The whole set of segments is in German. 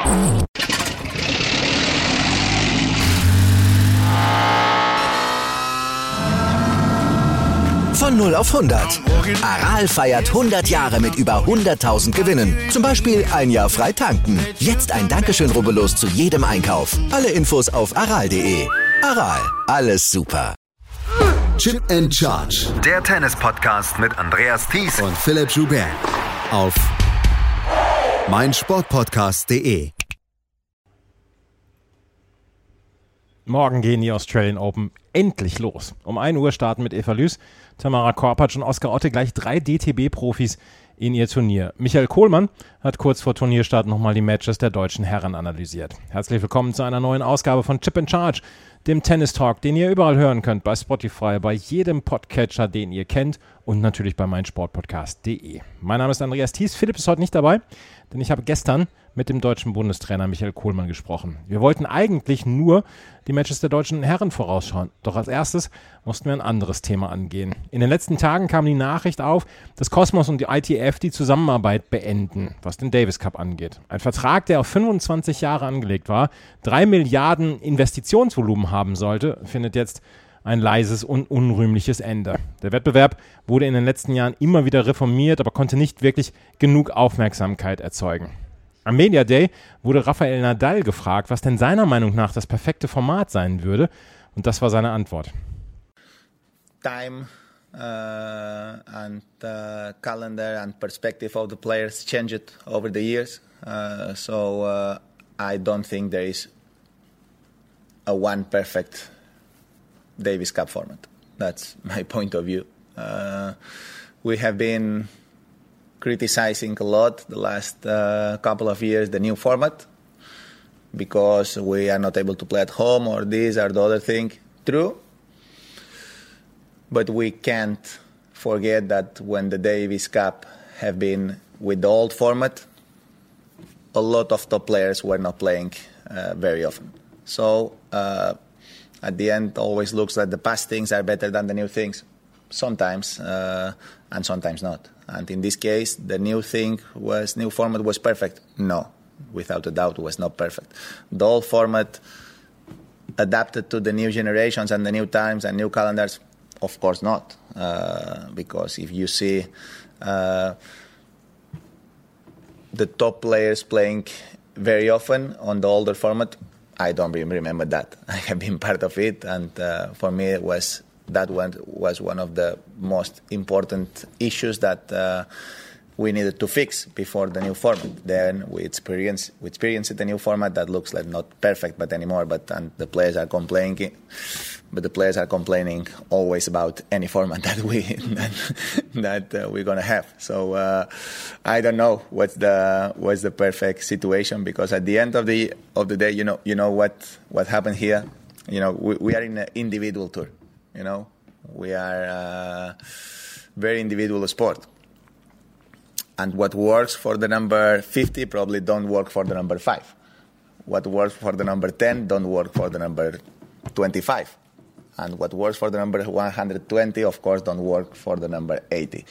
Von 0 auf 100. Aral feiert 100 Jahre mit über 100.000 Gewinnen. Zum Beispiel ein Jahr frei tanken. Jetzt ein Dankeschön, rubbellos zu jedem Einkauf. Alle Infos auf aral.de. Aral, alles super. Chip and Charge. Der Tennis-Podcast mit Andreas Thies und Philipp Joubert. Auf meinsportpodcast.de. Morgen gehen die Australian Open endlich los. Um 1 Uhr starten mit Eva Lüß, Tamara Korpatsch und Oskar Otte gleich 3 DTB-Profis in ihr Turnier. Michael Kohlmann hat kurz vor Turnierstart nochmal die Matches der deutschen Herren analysiert. Herzlich willkommen zu einer neuen Ausgabe von Chip and Charge, dem Tennis-Talk, den ihr überall hören könnt, bei Spotify, bei jedem Podcatcher, den ihr kennt und natürlich bei meinsportpodcast.de. Mein Name ist Andreas Thies, Philipp ist heute nicht dabei, denn ich habe gestern mit dem deutschen Bundestrainer Michael Kohlmann gesprochen. Wir wollten eigentlich nur die Matches der deutschen Herren vorausschauen. Doch als erstes mussten wir ein anderes Thema angehen. In den letzten Tagen kam die Nachricht auf, dass Cosmos und die ITF die Zusammenarbeit beenden, was den Davis Cup angeht. Ein Vertrag, der auf 25 Jahre angelegt war, 3 Milliarden Investitionsvolumen haben sollte, findet jetzt ein leises und unrühmliches Ende. Der Wettbewerb wurde in den letzten Jahren immer wieder reformiert, aber konnte nicht wirklich genug Aufmerksamkeit erzeugen. Am Media Day wurde Rafael Nadal gefragt, was denn seiner Meinung nach das perfekte Format sein würde. Und das war seine Antwort. Time and calendar and perspective of the players changed over the years. So I don't think there is a one perfect Davis Cup format. That's my point of view. We have been criticizing a lot the last couple of years the new format because we are not able to play at home or this or the other thing. True. But we can't forget that when the Davis Cup have been with the old format, a lot of top players were not playing very often. So at the end, always looks like the past things are better than the new things. Sometimes, and sometimes not. And in this case, the new format was perfect. No, without a doubt, it was not perfect. The old format adapted to the new generations and the new times and new calendars, of course not. Because if you see the top players playing very often on the older format, I don't remember that. I have been part of it, and for me, that was one of the most important issues that we needed to fix before the new format. Then we experienced the new format that looks like not perfect, but anymore. And the players are complaining. But the players are complaining always about any format that we're gonna have. So I don't know what's the perfect situation, because at the end of the day, you know what happened here. You know, we are in an individual tour. You know, we are a very individual sport. And what works for the number 50 probably don't work for the number 5. What works for the number 10 don't work for the number 25. And what works for the number 120, of course, don't work for the number 80.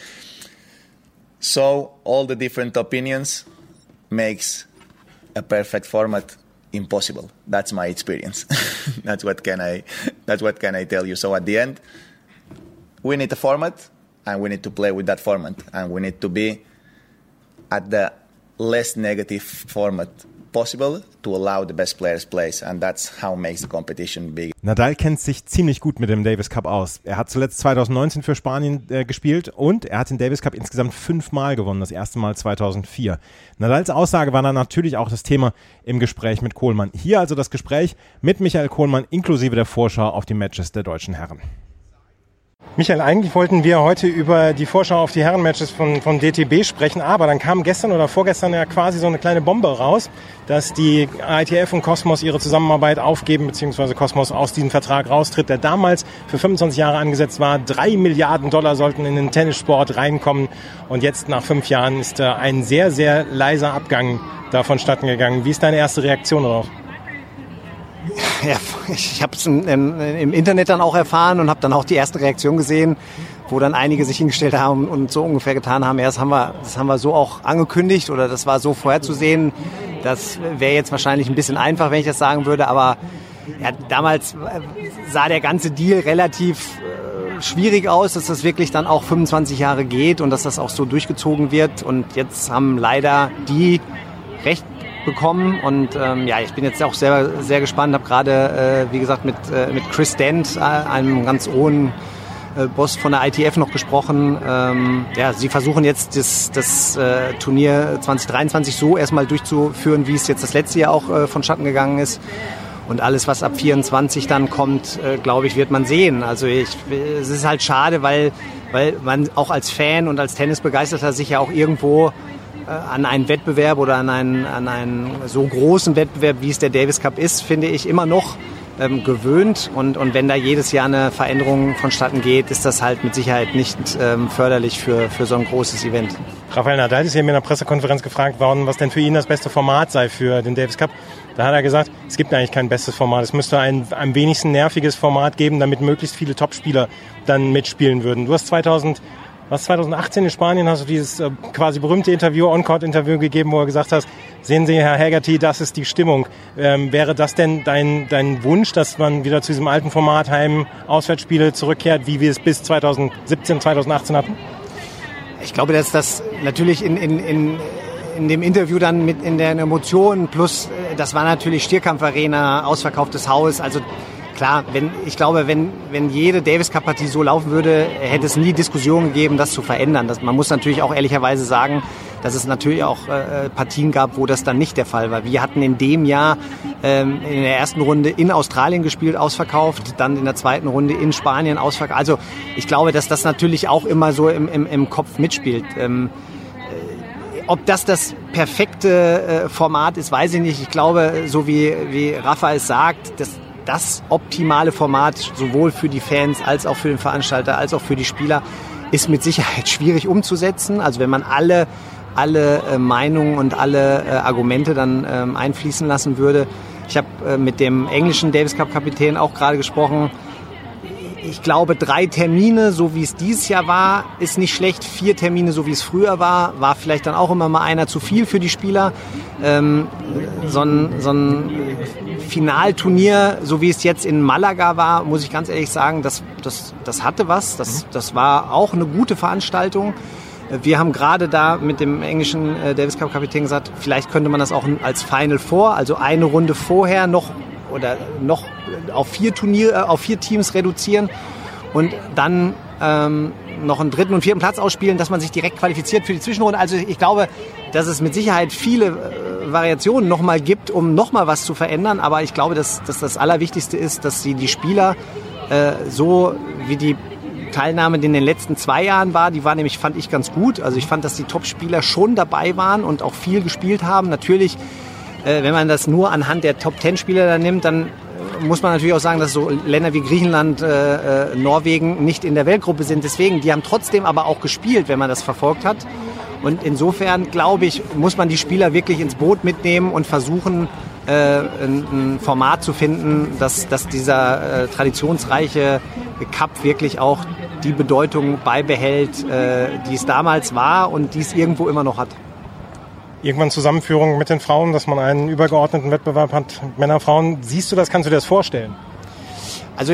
So all the different opinions makes a perfect format impossible. That's my experience. That's what can I tell you. So at the end, we need a format, and we need to play with that format, and we need to be at the less negative format possible to allow the best players play, and that's how makes the competition big. Nadal kennt sich ziemlich gut mit dem Davis Cup aus. Er hat zuletzt 2019 für Spanien gespielt und er hat den Davis Cup insgesamt 5 Mal gewonnen, das erste Mal 2004. Nadals Aussage war dann natürlich auch das Thema im Gespräch mit Kohlmann. Hier also das Gespräch mit Michael Kohlmann inklusive der Vorschau auf die Matches der deutschen Herren. Michael, eigentlich wollten wir heute über die Vorschau auf die Herrenmatches von DTB sprechen, aber dann kam gestern oder vorgestern ja quasi so eine kleine Bombe raus, dass die ITF und Cosmos ihre Zusammenarbeit aufgeben, beziehungsweise Cosmos aus diesem Vertrag raustritt, der damals für 25 Jahre angesetzt war. 3 Milliarden Dollar sollten in den Tennissport reinkommen und jetzt nach 5 Jahren ist ein sehr, sehr leiser Abgang davon statten gegangen. Wie ist deine erste Reaktion darauf? Ja, ich habe es im Internet dann auch erfahren und habe dann auch die erste Reaktion gesehen, wo dann einige sich hingestellt haben und so ungefähr getan haben, ja, das haben wir so auch angekündigt oder das war so vorherzusehen. Das wäre jetzt wahrscheinlich ein bisschen einfach, wenn ich das sagen würde, aber ja, damals sah der ganze Deal relativ schwierig aus, dass das wirklich dann auch 25 Jahre geht und dass das auch so durchgezogen wird. Und jetzt haben leider die Recht bekommen. Und ich bin jetzt auch sehr, sehr gespannt. Habe gerade, wie gesagt, mit Chris Dent, einem ganz hohen Boss von der ITF, noch gesprochen. Sie versuchen jetzt das Turnier 2023 so erstmal durchzuführen, wie es jetzt das letzte Jahr auch vonstatten gegangen ist. Und alles, was ab 24 dann kommt, glaube ich, wird man sehen. Also es ist halt schade, weil man auch als Fan und als Tennisbegeisterter sich ja auch irgendwo an einen Wettbewerb oder an einen so großen Wettbewerb, wie es der Davis Cup ist, finde ich, immer noch gewöhnt. Und wenn da jedes Jahr eine Veränderung vonstatten geht, ist das halt mit Sicherheit nicht förderlich für so ein großes Event. Rafael Nadal ist eben in der Pressekonferenz gefragt worden, was denn für ihn das beste Format sei für den Davis Cup. Da hat er gesagt, es gibt eigentlich kein bestes Format. Es müsste ein am wenigsten nerviges Format geben, damit möglichst viele Topspieler dann mitspielen würden. Du hast 2018 in Spanien hast du dieses quasi berühmte On-Court-Interview gegeben, wo du gesagt hast, sehen Sie, Herr Haggerty, das ist die Stimmung. Wäre das denn dein Wunsch, dass man wieder zu diesem alten Format Heim-Auswärtsspiele zurückkehrt, wie wir es bis 2017, 2018 hatten? Ich glaube, dass das natürlich in dem Interview dann mit in den Emotionen plus, das war natürlich Stierkampf-Arena, ausverkauftes Haus, also klar, wenn jede Davis-Cup-Partie so laufen würde, hätte es nie Diskussionen gegeben, das zu verändern. Man muss natürlich auch ehrlicherweise sagen, dass es natürlich auch Partien gab, wo das dann nicht der Fall war. Wir hatten in dem Jahr in der ersten Runde in Australien gespielt, ausverkauft, dann in der zweiten Runde in Spanien ausverkauft. Also ich glaube, dass das natürlich auch immer so im Kopf mitspielt. Ob das perfekte Format ist, weiß ich nicht. Ich glaube, so wie Rafa es sagt, das optimale Format sowohl für die Fans als auch für den Veranstalter als auch für die Spieler ist mit Sicherheit schwierig umzusetzen. Also wenn man alle Meinungen und alle Argumente dann einfließen lassen würde. Ich habe mit dem englischen Davis Cup Kapitän auch gerade gesprochen. Ich glaube, 3 Termine, so wie es dieses Jahr war, ist nicht schlecht. 4 Termine, so wie es früher war vielleicht dann auch immer mal einer zu viel für die Spieler. So ein Finalturnier, so wie es jetzt in Malaga war, muss ich ganz ehrlich sagen, das hatte was. Das war auch eine gute Veranstaltung. Wir haben gerade da mit dem englischen Davis Cup Kapitän gesagt, vielleicht könnte man das auch als Final Four, also eine Runde vorher noch auf 4 Teams reduzieren und dann noch einen 3. und 4. Platz ausspielen, dass man sich direkt qualifiziert für die Zwischenrunde. Also ich glaube, dass es mit Sicherheit viele Variationen nochmal gibt, um nochmal was zu verändern. Aber ich glaube, dass das Allerwichtigste ist, dass die Spieler so wie die Teilnahme in den letzten 2 Jahren war, die war nämlich, fand ich, ganz gut. Also ich fand, dass die Top-Spieler schon dabei waren und auch viel gespielt haben. Natürlich, wenn man das nur anhand der Top-10-Spieler da nimmt, dann muss man natürlich auch sagen, dass so Länder wie Griechenland, Norwegen nicht in der Weltgruppe sind. Deswegen, die haben trotzdem aber auch gespielt, wenn man das verfolgt hat. Und insofern, glaube ich, muss man die Spieler wirklich ins Boot mitnehmen und versuchen, ein Format zu finden, dass dieser traditionsreiche Cup wirklich auch die Bedeutung beibehält, die es damals war und die es irgendwo immer noch hat. Irgendwann Zusammenführung mit den Frauen, dass man einen übergeordneten Wettbewerb hat, Männer, Frauen. Siehst du das, kannst du dir das vorstellen? Also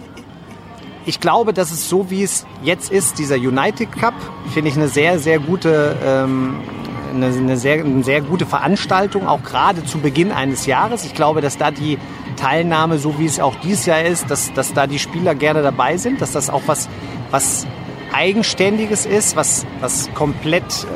ich glaube, dass es so, wie es jetzt ist, dieser United Cup, finde ich eine sehr, sehr gute eine sehr gute Veranstaltung, auch gerade zu Beginn eines Jahres. Ich glaube, dass da die Teilnahme, so wie es auch dieses Jahr ist, dass da die Spieler gerne dabei sind, dass das auch was Eigenständiges ist, was komplett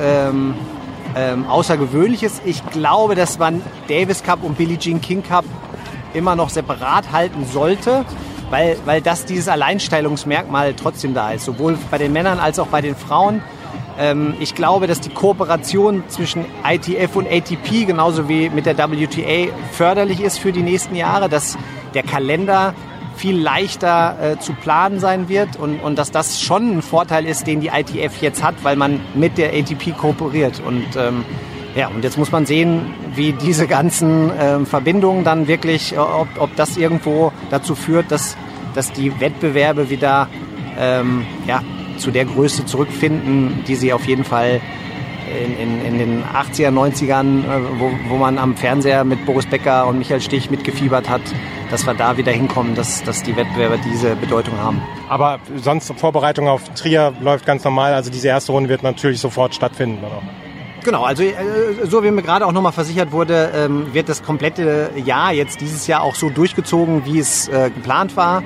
Außergewöhnliches. Ich glaube, dass man Davis Cup und Billie Jean King Cup immer noch separat halten sollte, weil das dieses Alleinstellungsmerkmal trotzdem da ist, sowohl bei den Männern als auch bei den Frauen. Ich glaube, dass die Kooperation zwischen ITF und ATP genauso wie mit der WTA förderlich ist für die nächsten Jahre, dass der Kalender viel leichter zu planen sein wird und dass das schon ein Vorteil ist, den die ITF jetzt hat, weil man mit der ATP kooperiert. Und jetzt muss man sehen, wie diese ganzen Verbindungen dann wirklich, ob das irgendwo dazu führt, dass die Wettbewerbe wieder zu der Größe zurückfinden, die sie auf jeden Fall in den 80er, 90ern, wo man am Fernseher mit Boris Becker und Michael Stich mitgefiebert hat, dass wir da wieder hinkommen, dass die Wettbewerbe diese Bedeutung haben. Aber sonst Vorbereitung auf Trier läuft ganz normal, also diese erste Runde wird natürlich sofort stattfinden, oder? Genau, also so wie mir gerade auch nochmal versichert wurde, wird das komplette Jahr jetzt dieses Jahr auch so durchgezogen, wie es geplant war.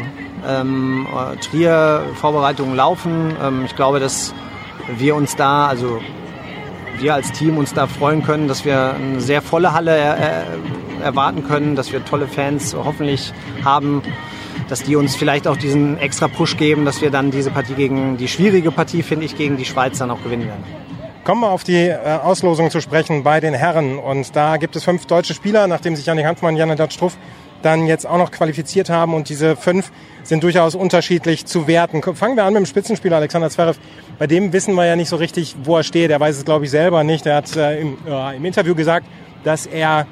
Trier Vorbereitungen laufen. Ich glaube, dass wir uns da, also wir als Team uns da freuen können, dass wir eine sehr volle Halle erwarten können, dass wir tolle Fans hoffentlich haben, dass die uns vielleicht auch diesen extra Push geben, dass wir dann diese Partie die schwierige Partie, finde ich, gegen die Schweiz dann auch gewinnen werden. Kommen wir auf die Auslosung zu sprechen bei den Herren. Und da gibt es 5 deutsche Spieler, nachdem sich Jannik Hanfmann und Jan-Lennart Struff dann jetzt auch noch qualifiziert haben. Und diese 5 sind durchaus unterschiedlich zu werten. Fangen wir an mit dem Spitzenspieler Alexander Zverev. Bei dem wissen wir ja nicht so richtig, wo er steht. Er weiß es, glaube ich, selber nicht. Er hat im Interview gesagt, dass er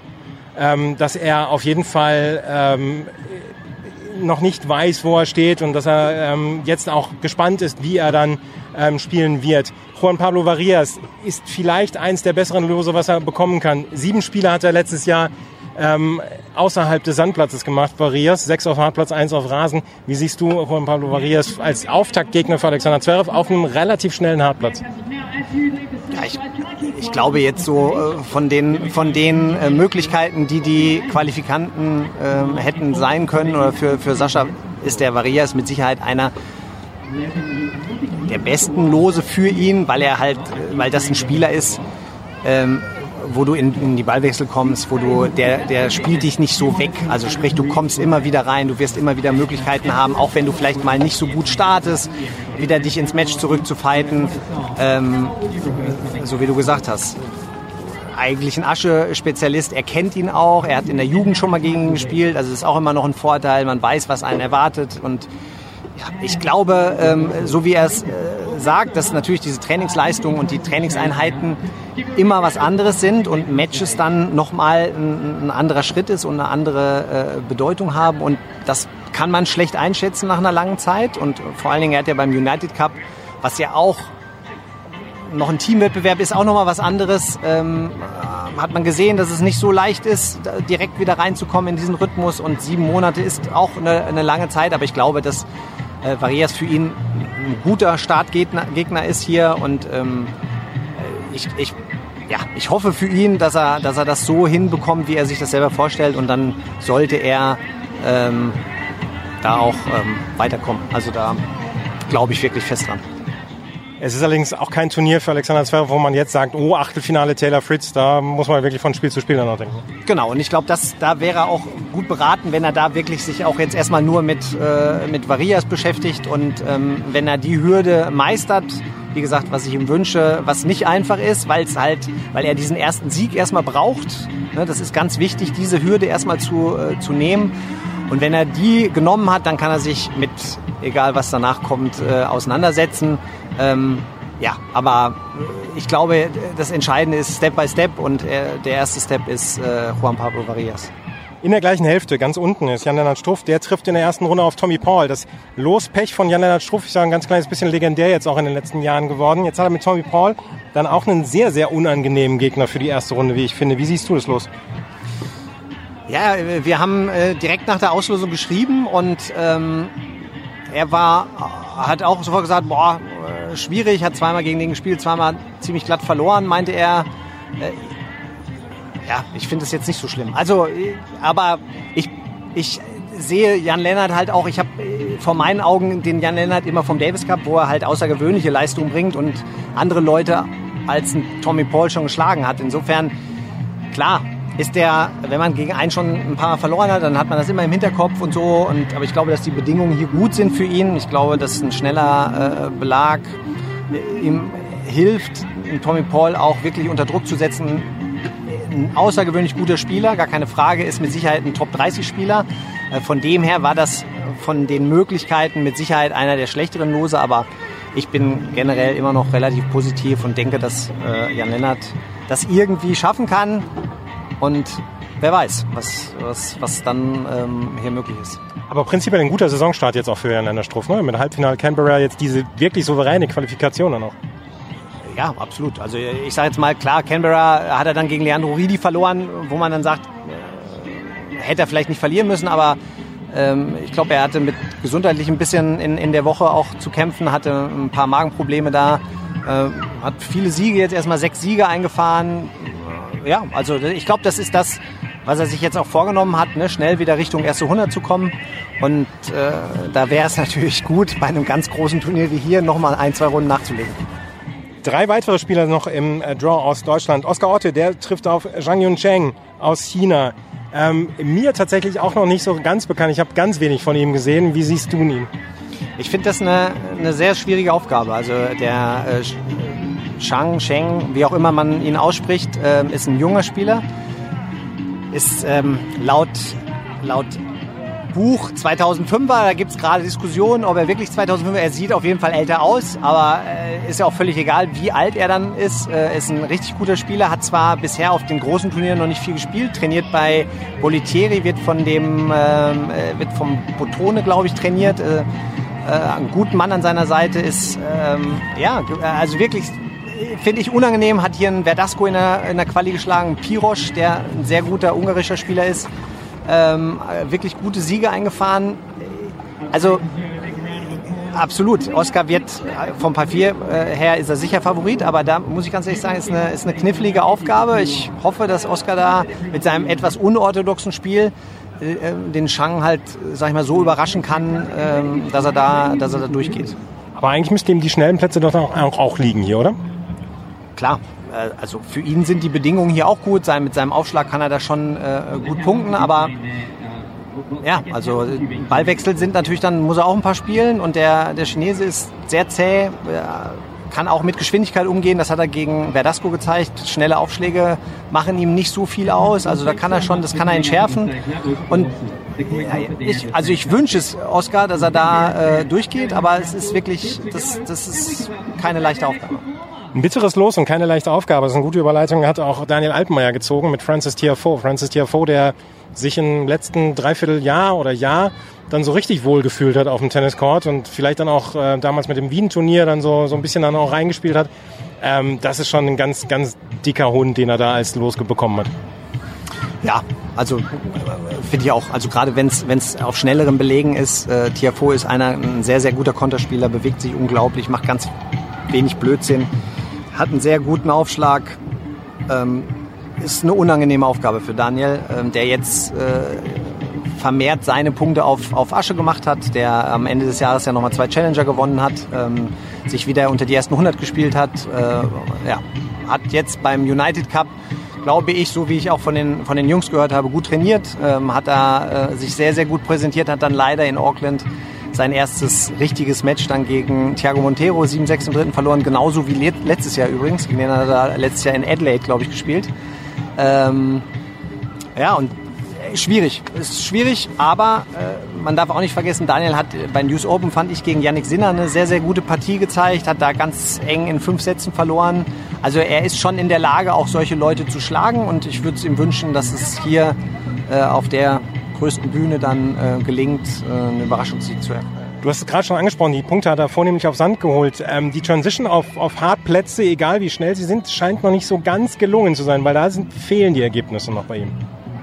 auf jeden Fall noch nicht weiß, wo er steht und dass er jetzt auch gespannt ist, wie er dann spielen wird. Juan Pablo Varillas ist vielleicht eins der besseren Lose, was er bekommen kann. 7 Spiele hat er letztes Jahr außerhalb des Sandplatzes gemacht, Varillas. 6 auf Hartplatz, 1 auf Rasen. Wie siehst du Juan Pablo Varillas als Auftaktgegner für Alexander Zverev auf einem relativ schnellen Hartplatz? Ja, ich glaube jetzt so von den Möglichkeiten, die Qualifikanten hätten sein können oder für Sascha, ist der Varillas mit Sicherheit einer der besten Lose für ihn, weil das ein Spieler ist, wo du in die Ballwechsel kommst, der spielt dich nicht so weg. Also sprich, du kommst immer wieder rein, du wirst immer wieder Möglichkeiten haben, auch wenn du vielleicht mal nicht so gut startest, wieder dich ins Match zurückzufighten. So wie du gesagt hast. Eigentlich ein Asche-Spezialist, er kennt ihn auch, er hat in der Jugend schon mal gegen ihn gespielt, also das ist auch immer noch ein Vorteil, man weiß, was einen erwartet und ja, ich glaube, so wie er es sagt, dass natürlich diese Trainingsleistungen und die Trainingseinheiten immer was anderes sind und Matches dann nochmal ein anderer Schritt ist und eine andere Bedeutung haben und das kann man schlecht einschätzen nach einer langen Zeit und vor allen Dingen, er hat ja beim United Cup, was ja auch noch ein Teamwettbewerb ist, auch nochmal was anderes, hat man gesehen, dass es nicht so leicht ist, direkt wieder reinzukommen in diesen Rhythmus und 7 Monate ist auch eine lange Zeit, aber ich glaube, dass Varillas für ihn ein guter Startgegner ist hier und ich hoffe für ihn, dass er das so hinbekommt, wie er sich das selber vorstellt und dann sollte er da auch weiterkommen. Also da glaube ich wirklich fest dran. Es ist allerdings auch kein Turnier für Alexander Zverev, wo man jetzt sagt, oh, Achtelfinale Taylor Fritz, da muss man wirklich von Spiel zu Spiel dann noch denken. Genau, und ich glaube, da wäre er auch gut beraten, wenn er da wirklich sich auch jetzt erstmal nur mit Varillas beschäftigt und wenn er die Hürde meistert, wie gesagt, was ich ihm wünsche, was nicht einfach ist, weil er diesen ersten Sieg erstmal braucht. Ne, das ist ganz wichtig, diese Hürde erstmal zu nehmen. Und wenn er die genommen hat, dann kann er sich mit, egal was danach kommt, auseinandersetzen. Aber ich glaube, das Entscheidende ist Step by Step und der erste Step ist Juan Pablo Varillas. In der gleichen Hälfte, ganz unten, ist Jan-Lennart Struff. Der trifft in der ersten Runde auf Tommy Paul. Das Lospech von Jan-Lennart Struff ist ja ein ganz kleines bisschen legendär jetzt auch in den letzten Jahren geworden. Jetzt hat er mit Tommy Paul dann auch einen sehr, sehr unangenehmen Gegner für die erste Runde, wie ich finde. Wie siehst du das los? Ja, wir haben direkt nach der Auslosung geschrieben und hat auch sofort gesagt, schwierig, hat zweimal gegen den gespielt, zweimal ziemlich glatt verloren, meinte er. Ich finde es jetzt nicht so schlimm. Also, aber ich sehe Jan-Lennart halt auch, ich habe vor meinen Augen den Jan-Lennart immer vom Davis Cup, wo er halt außergewöhnliche Leistungen bringt und andere Leute als ein Tommy Paul schon geschlagen hat. Insofern, klar, ist wenn man gegen einen schon ein paar Mal verloren hat, dann hat man das immer im Hinterkopf und so. Aber ich glaube, dass die Bedingungen hier gut sind für ihn. Ich glaube, dass ein schneller Belag ihm hilft, Tommy Paul auch wirklich unter Druck zu setzen. Ein außergewöhnlich guter Spieler, gar keine Frage, ist mit Sicherheit ein Top-30-Spieler. Von dem her war das von den Möglichkeiten mit Sicherheit einer der schlechteren Lose, aber ich bin generell immer noch relativ positiv und denke, dass Jan-Lennart das irgendwie schaffen kann. Und wer weiß, was dann hier möglich ist. Aber prinzipiell ein guter Saisonstart jetzt auch für Jan-Lennart Struff, ne? Mit Halbfinale Canberra jetzt diese wirklich souveräne Qualifikation dann auch. Ja, absolut. Also ich sage jetzt mal, klar, Canberra hat er dann gegen Leandro Ridi verloren, wo man dann sagt, hätte er vielleicht nicht verlieren müssen, aber ich glaube, er hatte mit gesundheitlich ein bisschen in der Woche auch zu kämpfen, hatte ein paar Magenprobleme da, hat viele Siege, jetzt erstmal 6 Siege eingefahren. Ja, also ich glaube, das ist das, was er sich jetzt auch vorgenommen hat, ne? Schnell wieder Richtung erste 100 zu kommen. Und da wäre es natürlich gut, bei einem ganz großen Turnier wie hier nochmal 1-2 Runden nachzulegen. 3 weitere Spieler noch im Draw aus Deutschland. Oskar Otte, der trifft auf Zhang Yuncheng aus China. Mir tatsächlich auch noch nicht so ganz bekannt. Ich habe ganz wenig von ihm gesehen. Wie siehst du ihn? Ich finde das eine sehr schwierige Aufgabe. Also der Sheng, wie auch immer man ihn ausspricht, ist ein junger Spieler. Ist laut Buch 2005er, da gibt es gerade Diskussionen, ob er wirklich 2005er, er sieht auf jeden Fall älter aus, aber ist ja auch völlig egal, wie alt er dann ist. Ist ein richtig guter Spieler, hat zwar bisher auf den großen Turnieren noch nicht viel gespielt, trainiert bei Bollettieri, wird vom Botone, glaube ich, trainiert. Ein guter Mann an seiner Seite ist, also wirklich, finde ich unangenehm, hat hier einen Verdasco in der Quali geschlagen, Pirosch, der ein sehr guter ungarischer Spieler ist. Wirklich gute Siege eingefahren. Also absolut, Oskar wird vom Papier her ist er sicher Favorit, aber da muss ich ganz ehrlich sagen, ist eine knifflige Aufgabe. Ich hoffe, dass Oskar da mit seinem etwas unorthodoxen Spiel den Shang halt, sag ich mal, so überraschen kann, dass er da durchgeht. Aber eigentlich müssten ihm die schnellen Plätze doch auch liegen hier, oder? Klar. Also für ihn sind die Bedingungen hier auch gut. Mit seinem Aufschlag kann er da schon gut punkten, aber ja, also Ballwechsel sind natürlich, dann muss er auch ein paar spielen und der Chinese ist sehr zäh, kann auch mit Geschwindigkeit umgehen, das hat er gegen Verdasco gezeigt. Schnelle Aufschläge machen ihm nicht so viel aus, also das kann er entschärfen und ich wünsche es Oskar, dass er da durchgeht, aber es ist wirklich, das ist keine leichte Aufgabe. Ein bitteres Los und keine leichte Aufgabe. Das ist eine gute Überleitung. Hat auch Daniel Altmaier gezogen mit Frances Tiafoe. Frances Tiafoe, der sich im letzten Dreivierteljahr oder Jahr dann so richtig wohl gefühlt hat auf dem Tenniscourt und vielleicht dann auch damals mit dem Wien-Turnier dann so ein bisschen dann auch reingespielt hat. Das ist schon ein ganz, ganz dicker Hund, den er da als Los bekommen hat. Ja, also finde ich auch. Also gerade wenn es auf schnelleren Belegen ist, Tiafoe ist ein sehr, sehr guter Konterspieler, bewegt sich unglaublich, macht ganz wenig Blödsinn. Hat einen sehr guten Aufschlag. Ist eine unangenehme Aufgabe für Daniel, der jetzt vermehrt seine Punkte auf Asche gemacht hat, der am Ende des Jahres ja nochmal 2 Challenger gewonnen hat, sich wieder unter die ersten 100 gespielt hat. Hat jetzt beim United Cup, glaube ich, so wie ich auch von den Jungs gehört habe, gut trainiert. Hat da sich sehr, sehr gut präsentiert, hat dann leider in Auckland sein erstes richtiges Match dann gegen Thiago Monteiro, 7-6 im dritten verloren, genauso wie letztes Jahr übrigens. Gegen den hat er letztes Jahr in Adelaide, glaube ich, gespielt. Und schwierig. Ist schwierig, aber man darf auch nicht vergessen, Daniel hat bei News Open, fand ich, gegen Yannick Sinner eine sehr, sehr gute Partie gezeigt, hat da ganz eng in 5 Sätzen verloren. Also er ist schon in der Lage, auch solche Leute zu schlagen und ich würde es ihm wünschen, dass es hier auf der größten Bühne dann gelingt, einen Überraschungssieg zu erreichen. Du hast es gerade schon angesprochen, die Punkte hat er vornehmlich auf Sand geholt. Die Transition auf Hartplätze, egal wie schnell sie sind, scheint noch nicht so ganz gelungen zu sein, weil da fehlen die Ergebnisse noch bei ihm.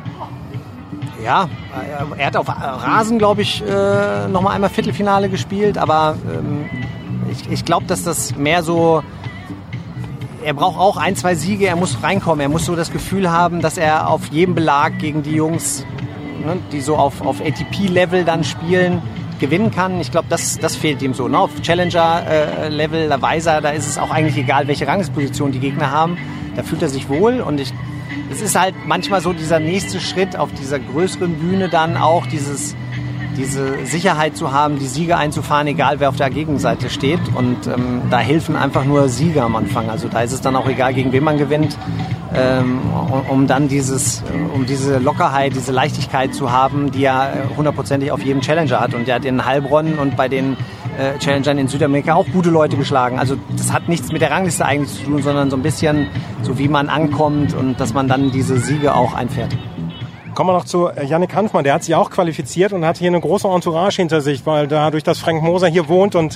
Ja, er hat auf Rasen, glaube ich, noch mal einmal Viertelfinale gespielt, aber ich glaube, dass das mehr so... Er braucht auch 1, 2 Siege, er muss reinkommen, er muss so das Gefühl haben, dass er auf jedem Belag gegen die Jungs, die so auf ATP-Level dann spielen, gewinnen kann. Ich glaube, das fehlt ihm so. Ne? Auf Challenger-Level, da weiß er, da ist es auch eigentlich egal, welche Ranglistenposition die Gegner haben. Da fühlt er sich wohl und es ist halt manchmal so dieser nächste Schritt auf dieser größeren Bühne dann auch diese Sicherheit zu haben, die Siege einzufahren, egal wer auf der Gegenseite steht. Und da helfen einfach nur Siege am Anfang. Also da ist es dann auch egal, gegen wen man gewinnt, um dann diese Lockerheit, diese Leichtigkeit zu haben, die er hundertprozentig auf jedem Challenger hat. Und er hat in Heilbronn und bei den Challengern in Südamerika auch gute Leute geschlagen. Also das hat nichts mit der Rangliste eigentlich zu tun, sondern so ein bisschen so, wie man ankommt und dass man dann diese Siege auch einfährt. Kommen wir noch zu Yannick Hanfmann, der hat sich auch qualifiziert und hat hier eine große Entourage hinter sich, weil dadurch, dass Frank Moser hier wohnt und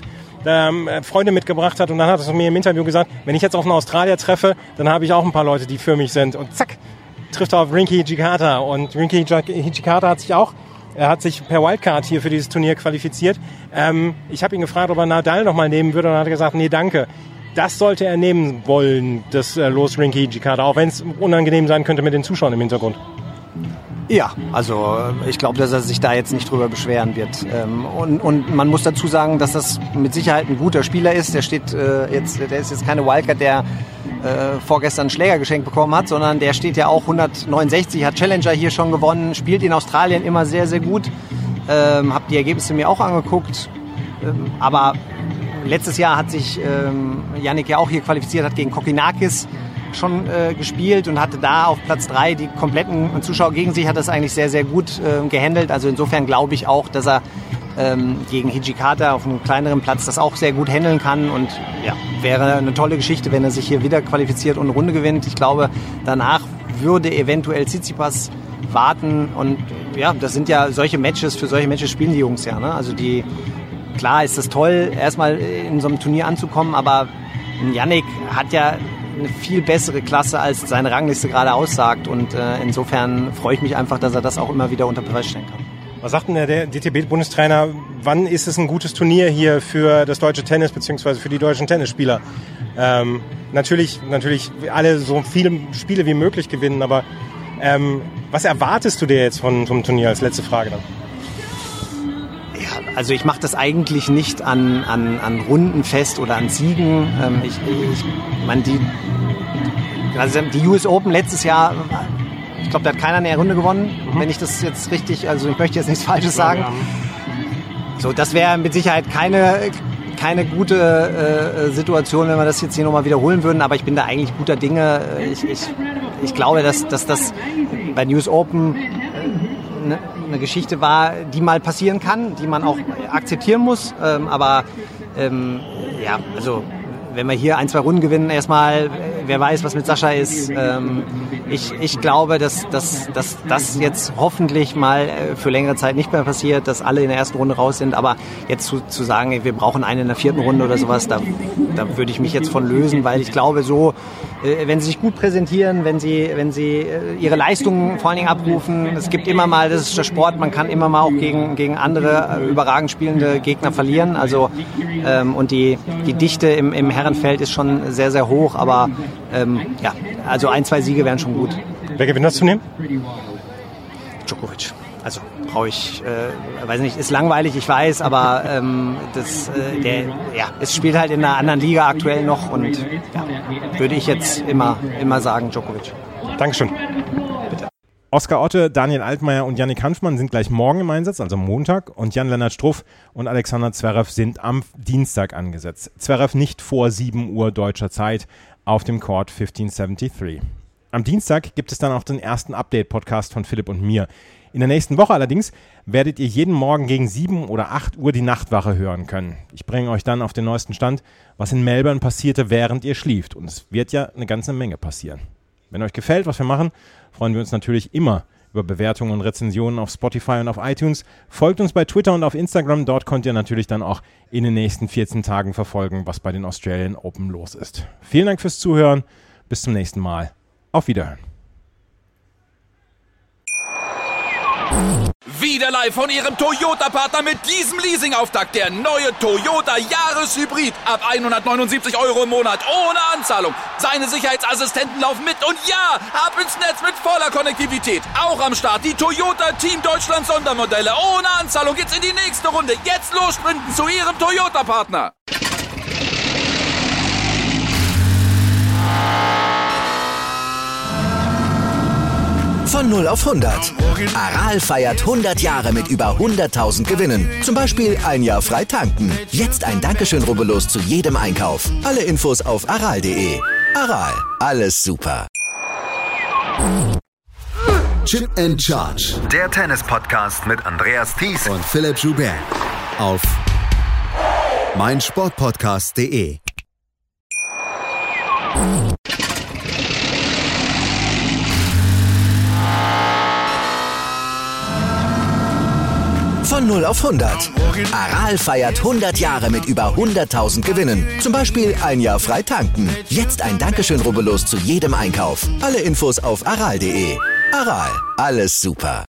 Freunde mitgebracht hat und dann hat er mir im Interview gesagt, wenn ich jetzt auf einen Australier treffe, dann habe ich auch ein paar Leute, die für mich sind. Und zack, trifft er auf Rinky Hijikata. Und Rinky Hijikata hat sich per Wildcard hier für dieses Turnier qualifiziert. Ich habe ihn gefragt, ob er Nadal nochmal nehmen würde und hat gesagt, nee, danke. Das sollte er nehmen wollen, das Los Rinky Hijikata, auch wenn es unangenehm sein könnte mit den Zuschauern im Hintergrund. Ja, also ich glaube, dass er sich da jetzt nicht drüber beschweren wird. Und man muss dazu sagen, dass das mit Sicherheit ein guter Spieler ist. Der ist jetzt keine Wildcard, der vorgestern einen Schläger geschenkt bekommen hat, sondern der steht ja auch 169, hat Challenger hier schon gewonnen, spielt in Australien immer sehr, sehr gut. Hab die Ergebnisse mir auch angeguckt. Aber letztes Jahr hat sich Jannik ja auch hier qualifiziert, hat gegen Kokkinakis schon gespielt und hatte da auf Platz 3 die kompletten Zuschauer gegen sich, hat das eigentlich sehr, sehr gut gehandelt. Also insofern glaube ich auch, dass er gegen Hijikata auf einem kleineren Platz das auch sehr gut handeln kann und ja, wäre eine tolle Geschichte, wenn er sich hier wieder qualifiziert und eine Runde gewinnt. Ich glaube, danach würde eventuell Tsitsipas warten und ja, das sind ja für solche Matches spielen die Jungs ja, ne? Also klar ist das toll, erstmal in so einem Turnier anzukommen, aber Jannik hat ja eine viel bessere Klasse, als seine Rangliste gerade aussagt. Und insofern freue ich mich einfach, dass er das auch immer wieder unter Beweis stellen kann. Was sagt denn der DTB-Bundestrainer, wann ist es ein gutes Turnier hier für das deutsche Tennis bzw. für die deutschen Tennisspieler? Natürlich alle so viele Spiele wie möglich gewinnen, aber was erwartest du dir jetzt vom Turnier als letzte Frage dann? Also ich mache das eigentlich nicht an Runden fest oder an Siegen. Ich meine, die US Open letztes Jahr, ich glaube, da hat keiner eine Runde gewonnen, wenn ich das jetzt richtig, also ich möchte jetzt nichts Falsches sagen. So, das wäre mit Sicherheit keine gute Situation, wenn wir das jetzt hier nochmal wiederholen würden, aber ich bin da eigentlich guter Dinge. Ich glaube, dass das bei US Open eine Geschichte war, die mal passieren kann, die man auch akzeptieren muss. Aber also wenn wir hier 1-2 Runden gewinnen, erstmal, wer weiß, was mit Sascha ist. Ich glaube, dass das jetzt hoffentlich mal für längere Zeit nicht mehr passiert, dass alle in der ersten Runde raus sind. Aber jetzt zu sagen, wir brauchen einen in der 4. Runde oder sowas, da würde ich mich jetzt von lösen, weil ich glaube, so, wenn sie sich gut präsentieren, wenn sie ihre Leistungen vor allen Dingen abrufen, es gibt immer mal, das ist der Sport, man kann immer mal auch gegen andere überragend spielende Gegner verlieren. Also und die Dichte im Herrenfeld ist schon sehr, sehr hoch, aber also 1-2 Siege wären schon gut. Wer gewinnt das Turnier? Djokovic. Also brauche ich, weiß nicht, ist langweilig, ich weiß, aber es spielt halt in einer anderen Liga aktuell noch und würde ich jetzt immer sagen Djokovic. Dankeschön. Bitte. Oskar Otte, Daniel Altmaier und Yannick Hanfmann sind gleich morgen im Einsatz, also Montag, und Jan-Lennart Struff und Alexander Zverev sind am Dienstag angesetzt. Zverev nicht vor 7 Uhr deutscher Zeit auf dem Court 1573. Am Dienstag gibt es dann auch den ersten Update-Podcast von Philipp und mir. In der nächsten Woche allerdings werdet ihr jeden Morgen gegen 7 oder 8 Uhr die Nachtwache hören können. Ich bringe euch dann auf den neuesten Stand, was in Melbourne passierte, während ihr schlieft. Und es wird ja eine ganze Menge passieren. Wenn euch gefällt, was wir machen, freuen wir uns natürlich immer über Bewertungen und Rezensionen auf Spotify und auf iTunes. Folgt uns bei Twitter und auf Instagram. Dort könnt ihr natürlich dann auch in den nächsten 14 Tagen verfolgen, was bei den Australian Open los ist. Vielen Dank fürs Zuhören. Bis zum nächsten Mal. Auf Wiederhören. Wieder live von Ihrem Toyota-Partner mit diesem Leasing-Auftakt. Der neue Toyota Jahreshybrid. Ab 179 € im Monat. Ohne Anzahlung. Seine Sicherheitsassistenten laufen mit. Und ja, ab ins Netz mit voller Konnektivität. Auch am Start die Toyota Team Deutschland Sondermodelle. Ohne Anzahlung geht's in die nächste Runde. Jetzt los sprinten zu Ihrem Toyota-Partner. Von 0 auf 100. Aral feiert 100 Jahre mit über 100.000 Gewinnen. Zum Beispiel ein Jahr frei tanken. Jetzt ein Dankeschön, rubbellos zu jedem Einkauf. Alle Infos auf aral.de. Aral, alles super. Chip and Charge. Der Tennis-Podcast mit Andreas Thies und Philipp Joubert. Auf meinsportpodcast.de. Von 0 auf 100. Aral feiert 100 Jahre mit über 100.000 Gewinnen. Zum Beispiel ein Jahr frei tanken. Jetzt ein Dankeschön, rubbellos zu jedem Einkauf. Alle Infos auf aral.de. Aral, alles super.